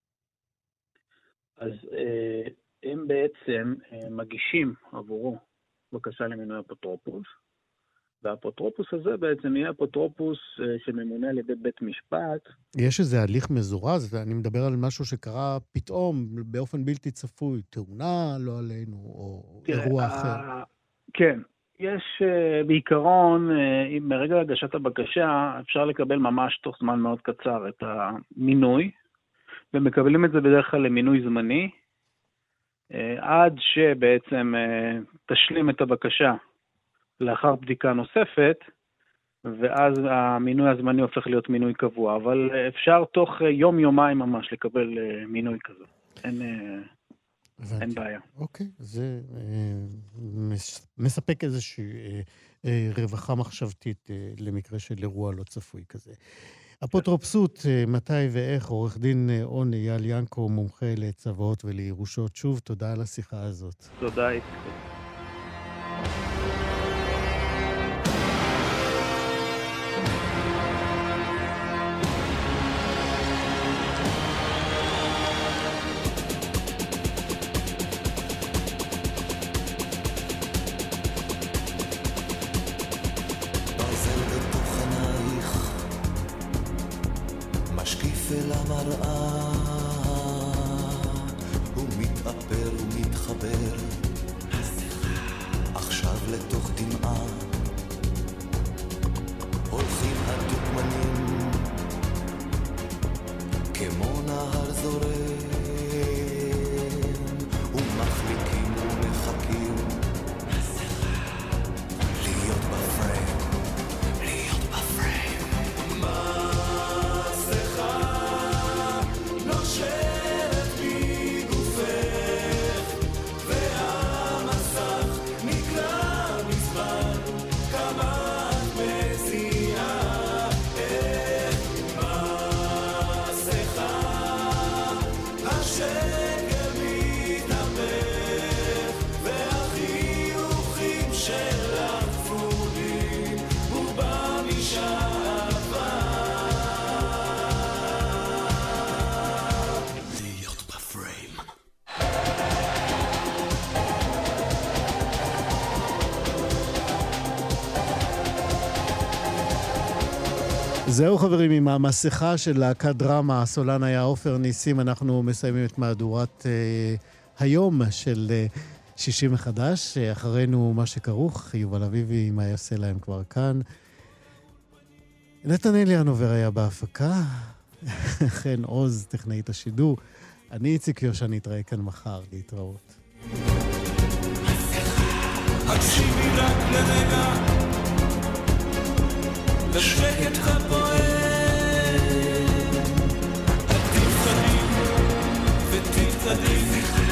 אז הם בעצם מגישים עבורו בקשה למינוי אפוטרופוס, והאפוטרופוס הזה בעצם יהיה אפוטרופוס שממונה על ידי בית משפט. יש איזה הליך מזורז, ואני מדבר על משהו שקרה פתאום, באופן בלתי צפוי, תאונה, לא עלינו, או אירוע אחר. כן, יש בעיקרון, מרגע הגשת הבקשה, אפשר לקבל ממש תוך זמן מאוד קצר את המינוי, ומקבלים את זה בדרך כלל למינוי זמני, עד שבעצם תשלים את הבקשה לאחר בדיקה נוספת, ואז המינוי הזמני הופך להיות מינוי קבוע, אבל אפשר תוך יום-יומיים ממש לקבל מינוי כזה. אין בעיה. אוקיי, זה מספק איזושהי רווחה מחשבתית למקרה של אירוע לא צפוי כזה. אפוטרופסות, מתי ואיך, עורך דין און אייל ינקו, מומחה לצוואות ולירושות. שוב, תודה על השיחה הזאת. תודה. אל המראה הוא מתאפר ומתחבר עכשיו לתוך דמעה הולכים הדוגמנים כמו נהר זורם ומחליקים ומחכים להיות בפריים נושרת מגופך זהו חברים, עם המסכה של להקת דרמה, הסולן היה עופר ניסים, אנחנו מסיימים את מהדורת היום של 60 מחדש, אחרינו מה שכרוך, יובל אביבי, מה יעשה להם כבר כאן. נתנאל ינובר היה בהפקה, חן עוז, טכנאית השידור, אני איציק יושע, נתראה כאן מחר, להתראות. הקשיבי רק לרגע לשקט הפועל, תפחדי ותתקדי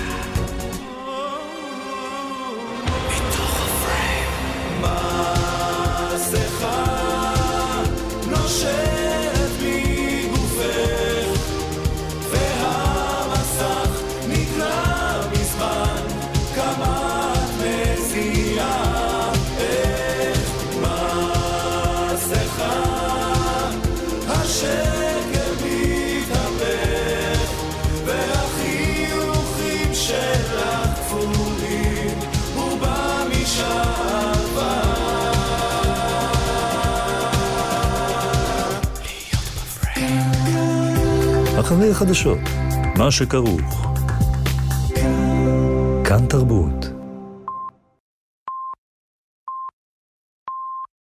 מתוך הפריים. מסכה נושרת מגופך והמסך נגלה מזמן, כמה את מזיעה איך מסכה השקר מתהפך והחיוכים שלך כפולים הוא בא משעבה. אחרי החדשות, מה שכרוך. כאן תרבות.